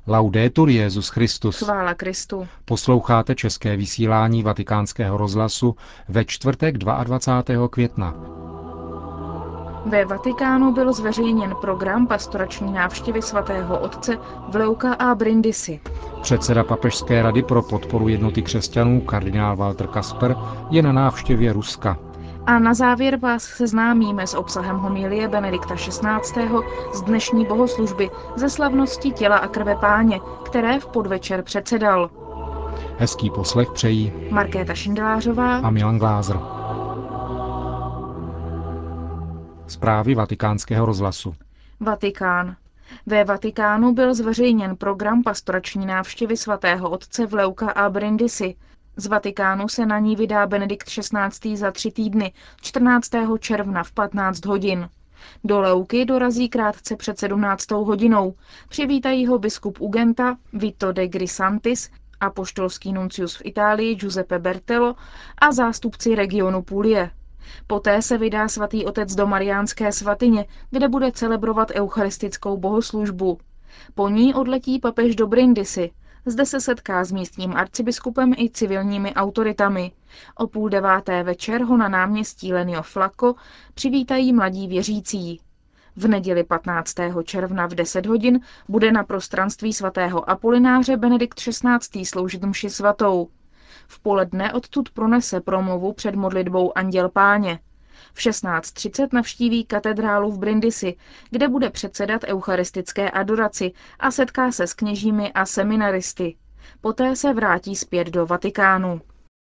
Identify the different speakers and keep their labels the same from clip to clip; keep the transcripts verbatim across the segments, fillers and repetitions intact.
Speaker 1: Laudetur Jesus Christus.
Speaker 2: Chvála Kristu.
Speaker 1: Posloucháte české vysílání Vatikánského rozhlasu ve čtvrtek dvacátého druhého května.
Speaker 2: Ve Vatikánu byl zveřejněn program pastorační návštěvy svatého otce v Leuka a Brindisi.
Speaker 1: Předseda Papežské rady pro podporu jednoty křesťanů kardinál Walter Kasper je na návštěvě Ruska.
Speaker 2: A na závěr vás seznámíme s obsahem homilie Benedikta šestnáctého z dnešní bohoslužby ze slavnosti těla a krve Páně, které v podvečer předsedal.
Speaker 1: Hezký poslech přejí
Speaker 2: Markéta Šindelářová
Speaker 1: a Milan Glázer. Zprávy Vatikánského rozhlasu.
Speaker 2: Vatikán. Ve Vatikánu byl zveřejněn program pastorační návštěvy svatého otce v Leuka a Brindisi. Z Vatikánu se na ní vydá Benedikt šestnáctý za tři týdny, čtrnáctého června v patnáct hodin. Do Leuky dorazí krátce před sedmnáctou hodinou. Přivítají ho biskup Ugenta Vito de Grisantis, apoštolský nuncius v Itálii Giuseppe Bertello a zástupci regionu Puglie. Poté se vydá svatý otec do Mariánské svatyně, kde bude celebrovat eucharistickou bohoslužbu. Po ní odletí papež do Brindisi. Zde se setká s místním arcibiskupem i civilními autoritami. O půl deváté večer ho na náměstí Lenio Flacco přivítají mladí věřící. V neděli patnáctého června v deset hodin bude na prostranství svatého Apolináře Benedikt šestnáctý sloužit mši svatou. V poledne odtud pronese promluvu před modlitbou Anděl Páně. V šestnáct třicet navštíví katedrálu v Brindisi, kde bude předsedat eucharistické adoraci a setká se s kněžími a seminaristy. Poté se vrátí zpět do Vatikánu.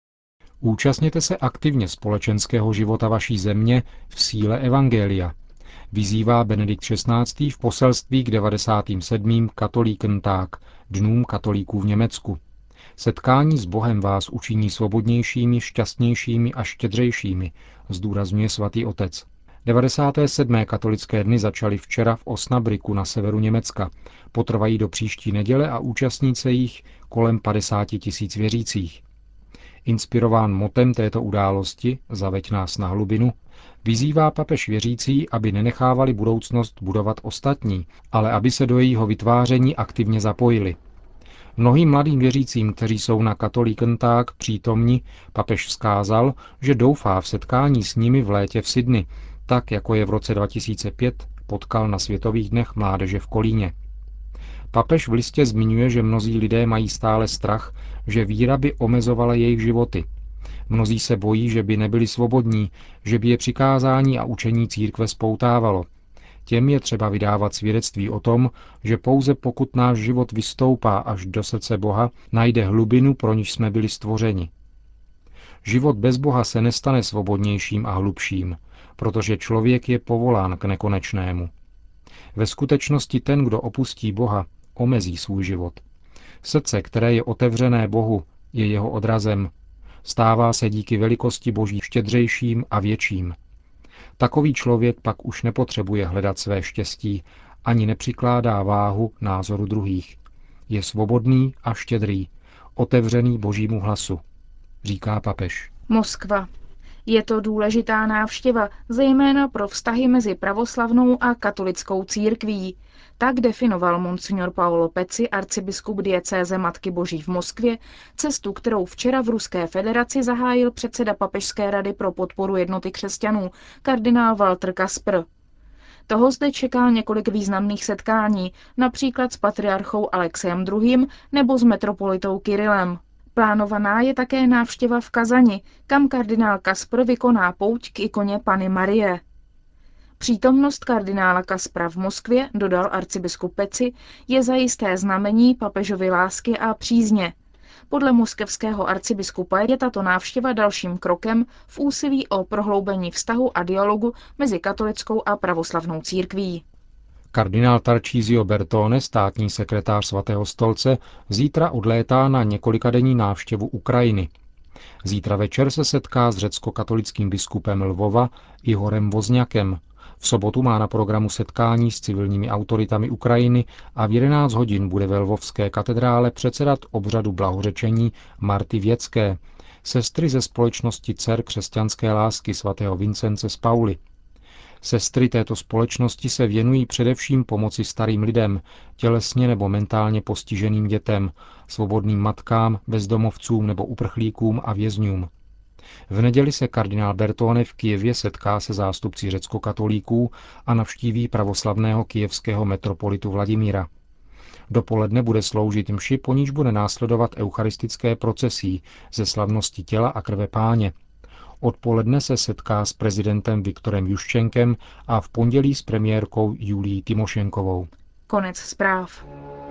Speaker 1: Účastněte se aktivně společenského života vaší země v síle evangelia. Vyzývá Benedikt šestnáctý v poselství k devadesátým sedmým Katolíkentag, dnům katolíků v Německu. Setkání s Bohem vás učiní svobodnějšími, šťastnějšími a štědřejšími, zdůrazňuje svatý otec. devadesáté sedmé katolické dny začaly včera v Osnabriku na severu Německa. Potrvají do příští neděle a účastní se jich kolem padesát tisíc věřících. Inspirován motem této události, Zaveď nás na hlubinu, vyzývá papež věřící, aby nenechávali budoucnost budovat ostatní, ale aby se do jejího vytváření aktivně zapojili. Mnohým mladým věřícím, kteří jsou na Katolíkentag přítomni, papež vzkázal, že doufá v setkání s nimi v létě v Sydney, tak jako je v roce dva tisíce pět potkal na Světových dnech mládeže v Kolíně. Papež v listě zmiňuje, že mnozí lidé mají stále strach, že víra by omezovala jejich životy. Mnozí se bojí, že by nebyli svobodní, že by je přikázání a učení církve spoutávalo. Těm je třeba vydávat svědectví o tom, že pouze pokud náš život vystoupá až do srdce Boha, najde hlubinu, pro níž jsme byli stvořeni. Život bez Boha se nestane svobodnějším a hlubším, protože člověk je povolán k nekonečnému. Ve skutečnosti ten, kdo opustí Boha, omezí svůj život. Srdce, které je otevřené Bohu, je jeho odrazem. Stává se díky velikosti Boží štědřejším a větším. Takový člověk pak už nepotřebuje hledat své štěstí, ani nepřikládá váhu názoru druhých. Je svobodný a štědrý, otevřený Božímu hlasu, říká papež.
Speaker 2: Moskva. Je to důležitá návštěva, zejména pro vztahy mezi pravoslavnou a katolickou církví. Tak definoval monsignor Paolo Pezzi, arcibiskup diecéze Matky Boží v Moskvě, cestu, kterou včera v Ruské federaci zahájil předseda Papežské rady pro podporu jednoty křesťanů, kardinál Walter Kasper. Toho zde čeká několik významných setkání, například s patriarchou Alexejem druhým. nebo s metropolitou Kirilem. Plánovaná je také návštěva v Kazani, kam kardinál Kasper vykoná pouť k ikoně Panny Marie. Přítomnost kardinála Kaspra v Moskvě, dodal arcibiskup Pezzi, je zajisté znamení papežovy lásky a přízně. Podle moskevského arcibiskupa je tato návštěva dalším krokem v úsilí o prohloubení vztahu a dialogu mezi katolickou a pravoslavnou církví.
Speaker 1: Kardinál Tarcísio Bertone, státní sekretář svatého stolce, zítra odlétá na několikadenní návštěvu Ukrajiny. Zítra večer se setká s řecko-katolickým biskupem Lvova Ihorem Vozňakem. V sobotu má na programu setkání s civilními autoritami Ukrajiny a v jedenáct hodin bude ve Lvovské katedrále předsedat obřadu blahořečení Marty Věcké, sestry ze společnosti dcer křesťanské lásky svatého Vincence z Pauly. Sestry této společnosti se věnují především pomoci starým lidem, tělesně nebo mentálně postiženým dětem, svobodným matkám, bezdomovcům nebo uprchlíkům a vězňům. V neděli se kardinál Bertone v Kyjevě setká se zástupci řeckokatolíků a navštíví pravoslavného kyjevského metropolitu Vladimíra. Dopoledne bude sloužit mši, po níž bude následovat eucharistické procesí ze slavnosti těla a krve Páně. Odpoledne se setká s prezidentem Viktorem Juščenkem a v pondělí s premiérkou Julií Tymošenkovou.
Speaker 2: Konec zpráv.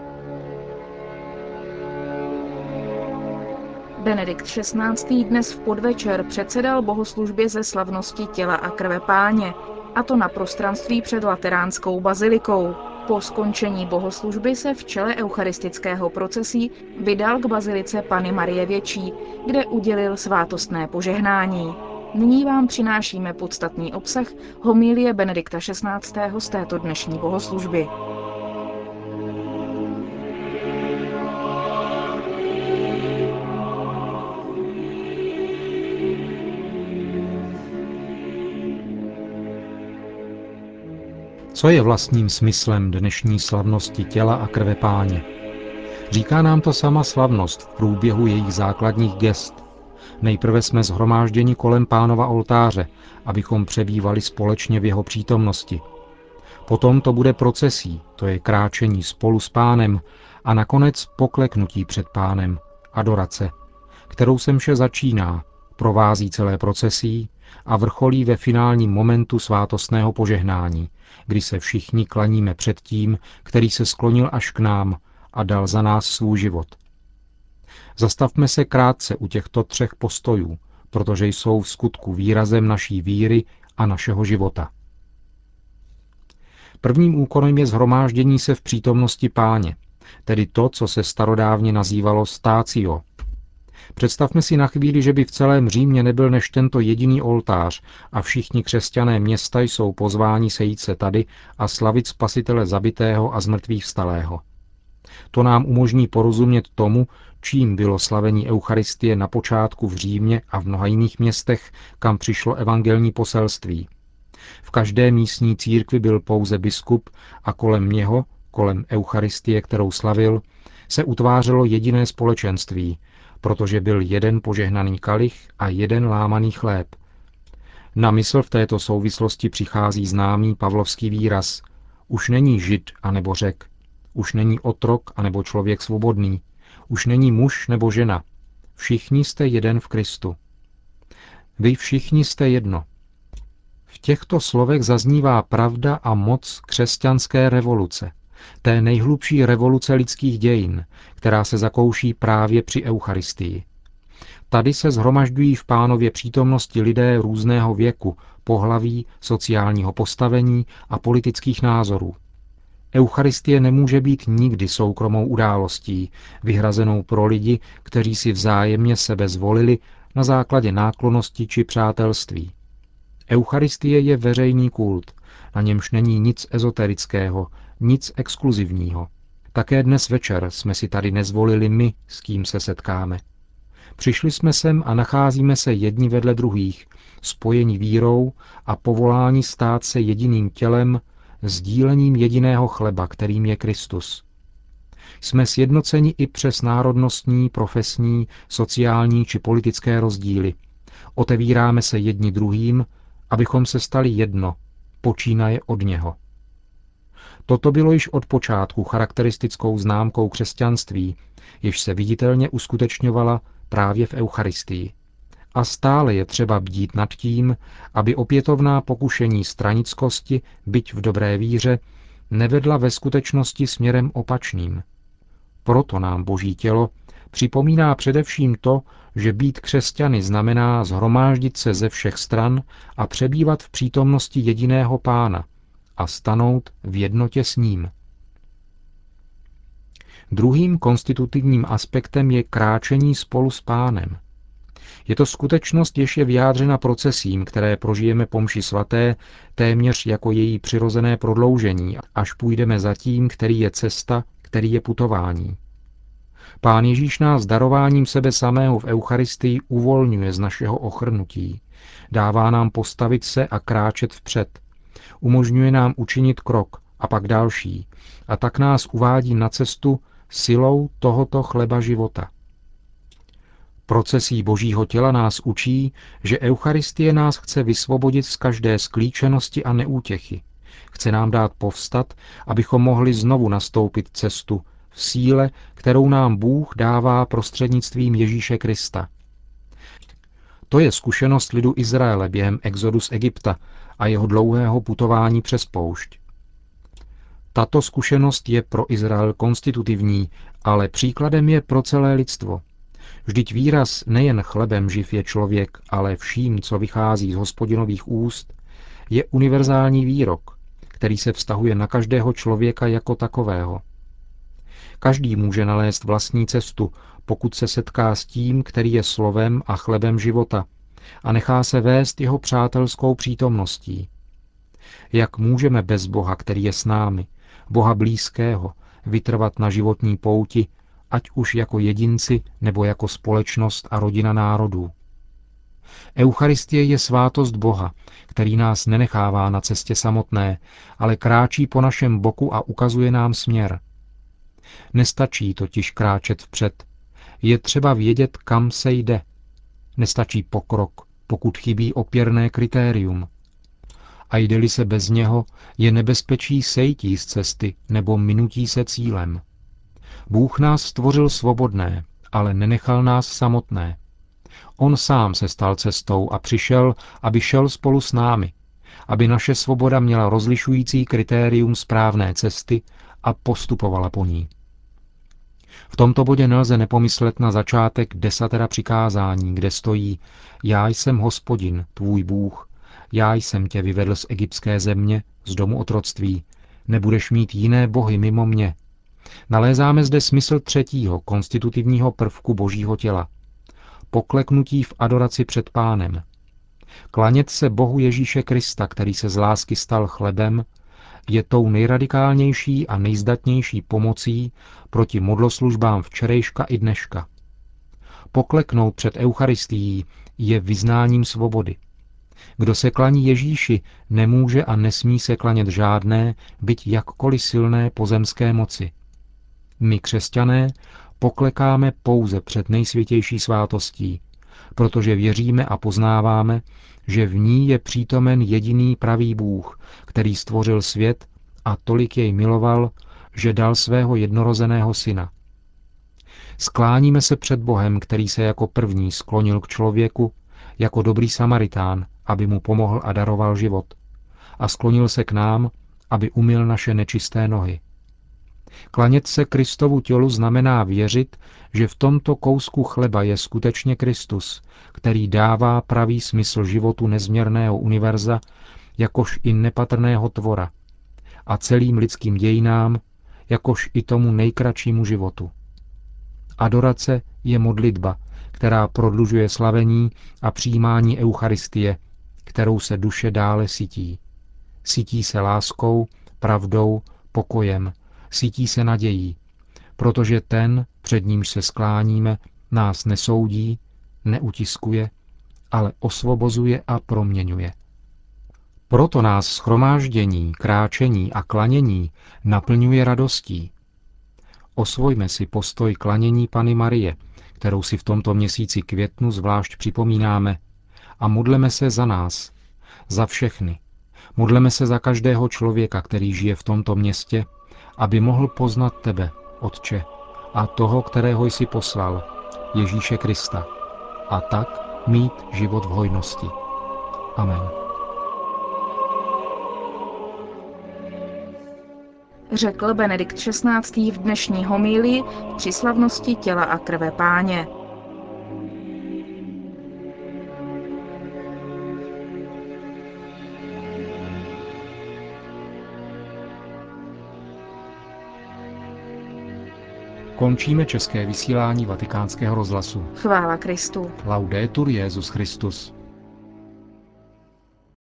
Speaker 2: Benedikt šestnáctý. dnes v podvečer předsedal bohoslužbě ze slavnosti těla a krve Páně, a to na prostranství před Lateránskou bazilikou. Po skončení bohoslužby se v čele eucharistického procesí vydal k bazilice Panny Marie Větší, kde udělil svátostné požehnání. Nyní vám přinášíme podstatný obsah homilie Benedikta šestnáctého. z této dnešní bohoslužby.
Speaker 1: Co je vlastním smyslem dnešní slavnosti těla a krve Páně? Říká nám to sama slavnost v průběhu jejich základních gest. Nejprve jsme shromážděni kolem Pánova oltáře, abychom přebývali společně v jeho přítomnosti. Potom to bude procesí, to je kráčení spolu s Pánem, a nakonec pokleknutí před Pánem, adorace, kterou se mše začíná, provází celé procesí a vrcholí ve finálním momentu svátostného požehnání, kdy se všichni klaníme před tím, který se sklonil až k nám a dal za nás svůj život. Zastavme se krátce u těchto třech postojů, protože jsou v skutku výrazem naší víry a našeho života. Prvním úkolem je shromáždění se v přítomnosti Páně, tedy to, co se starodávně nazývalo stácio. Představme si na chvíli, že by v celém Římě nebyl než tento jediný oltář a všichni křesťané města jsou pozváni sejít se tady a slavit spasitele zabitého a zmrtvých vstalého. To nám umožní porozumět tomu, čím bylo slavení Eucharistie na počátku v Římě a v mnoha jiných městech, kam přišlo evangelní poselství. V každé místní církvi byl pouze biskup a kolem něho, kolem Eucharistie, kterou slavil, se utvářelo jediné společenství, protože byl jeden požehnaný kalich a jeden lámaný chléb. Na mysl v této souvislosti přichází známý pavlovský výraz: už není Žid anebo Řek, už není otrok anebo člověk svobodný, už není muž nebo žena, všichni jste jeden v Kristu. Vy všichni jste jedno. V těchto slovech zaznívá pravda a moc křesťanské revoluce, té nejhlubší revoluce lidských dějin, která se zakouší právě při Eucharistii. Tady se shromažďují v Pánově přítomnosti lidé různého věku, pohlaví, sociálního postavení a politických názorů. Eucharistie nemůže být nikdy soukromou událostí, vyhrazenou pro lidi, kteří si vzájemně sebe zvolili na základě náklonnosti či přátelství. Eucharistie je veřejný kult, na němž není nic ezoterického, nic exkluzivního. Také dnes večer jsme si tady nezvolili my, s kým se setkáme. Přišli jsme sem a nacházíme se jedni vedle druhých, spojeni vírou a povoláni stát se jediným tělem, sdílením jediného chleba, kterým je Kristus. Jsme sjednoceni i přes národnostní, profesní, sociální či politické rozdíly. Otevíráme se jedni druhým, abychom se stali jedno, počínaje od něho. Toto bylo již od počátku charakteristickou známkou křesťanství, jež se viditelně uskutečňovala právě v Eucharistii. A stále je třeba bdít nad tím, aby opětovná pokušení stranickosti, byť v dobré víře, nevedla ve skutečnosti směrem opačným. Proto nám Boží tělo připomíná především to, že být křesťany znamená shromáždit se ze všech stran a přebývat v přítomnosti jediného Pána a stanout v jednotě s ním. Druhým konstitutivním aspektem je kráčení spolu s Pánem. Je to skutečnost, jež je vyjádřena procesím, které prožijeme po mši svaté, téměř jako její přirozené prodloužení, až půjdeme za tím, který je cesta, který je putování. Pán Ježíš nás darováním sebe samého v Eucharistii uvolňuje z našeho ochrnutí. Dává nám postavit se a kráčet vpřed. Umožňuje nám učinit krok a pak další a tak nás uvádí na cestu silou tohoto chleba života. Procesí Božího těla nás učí, že Eucharistie nás chce vysvobodit z každé sklíčenosti a neútěchy. Chce nám dát povstat, abychom mohli znovu nastoupit cestu v síle, kterou nám Bůh dává prostřednictvím Ježíše Krista. To je zkušenost lidu Izraele během exodu z Egypta a jeho dlouhého putování přes poušť. Tato zkušenost je pro Izrael konstitutivní, ale příkladem je pro celé lidstvo. Vždyť výraz nejen chlebem živ je člověk, ale vším, co vychází z Hospodinových úst, je univerzální výrok, který se vztahuje na každého člověka jako takového. Každý může nalézt vlastní cestu, pokud se setká s tím, který je slovem a chlebem života a nechá se vést jeho přátelskou přítomností. Jak můžeme bez Boha, který je s námi, Boha blízkého, vytrvat na životní pouti, ať už jako jedinci nebo jako společnost a rodina národů? Eucharistie je svátost Boha, který nás nenechává na cestě samotné, ale kráčí po našem boku a ukazuje nám směr. Nestačí totiž kráčet vpřed. Je třeba vědět, kam se jde. Nestačí pokrok, pokud chybí opěrné kritérium. A jde-li se bez něho, je nebezpečí sejtí z cesty nebo minutí se cílem. Bůh nás stvořil svobodné, ale nenechal nás samotné. On sám se stal cestou a přišel, aby šel spolu s námi, aby naše svoboda měla rozlišující kritérium správné cesty a postupovala po ní. V tomto bodě nelze nepomyslet na začátek desatera přikázání, kde stojí: Já jsem Hospodin, tvůj Bůh, já jsem tě vyvedl z egyptské země, z domu otroctví, nebudeš mít jiné bohy mimo mě. Nalézáme zde smysl třetího, konstitutivního prvku Božího těla. Pokleknutí v adoraci před Pánem. Klanět se Bohu Ježíše Krista, který se z lásky stal chlebem, je tou nejradikálnější a nejzdatnější pomocí proti modloslužbám včerejška i dneška. Pokleknout před Eucharistií je vyznáním svobody. Kdo se klaní Ježíši, nemůže a nesmí se klanět žádné, byť jakkoliv silné pozemské moci. My, křesťané, poklekáme pouze před nejsvětější svátostí, protože věříme a poznáváme, že v ní je přítomen jediný pravý Bůh, který stvořil svět a tolik jej miloval, že dal svého jednorozeného syna. Skláníme se před Bohem, který se jako první sklonil k člověku, jako dobrý Samaritán, aby mu pomohl a daroval život. A sklonil se k nám, aby umyl naše nečisté nohy. Klanět se Kristovu tělu znamená věřit, že v tomto kousku chleba je skutečně Kristus, který dává pravý smysl životu nezměrného univerza, jakož i nepatrného tvora, a celým lidským dějinám, jakož i tomu nejkratšímu životu. Adorace je modlitba, která prodlužuje slavení a přijímání Eucharistie, kterou se duše dále sytí. Sytí se láskou, pravdou, pokojem, sytí se nadějí, protože ten, před nímž se skláníme, nás nesoudí, neutiskuje, ale osvobozuje a proměňuje. Proto nás shromáždění, kráčení a klanění naplňuje radostí. Osvojme si postoj klanění Panny Marie, kterou si v tomto měsíci květnu zvlášť připomínáme, a modleme se za nás, za všechny. Modleme se za každého člověka, který žije v tomto městě, aby mohl poznat tebe, Otče, a toho, kterého jsi poslal, Ježíše Krista, a tak mít život v hojnosti. Amen.
Speaker 2: Řekl Benedikt šestnáctý v dnešní homílii při slavnosti těla a krve Páně.
Speaker 1: Končíme české vysílání Vatikánského rozhlasu.
Speaker 2: Chvála Kristu.
Speaker 1: Laudetur Jesus Christus.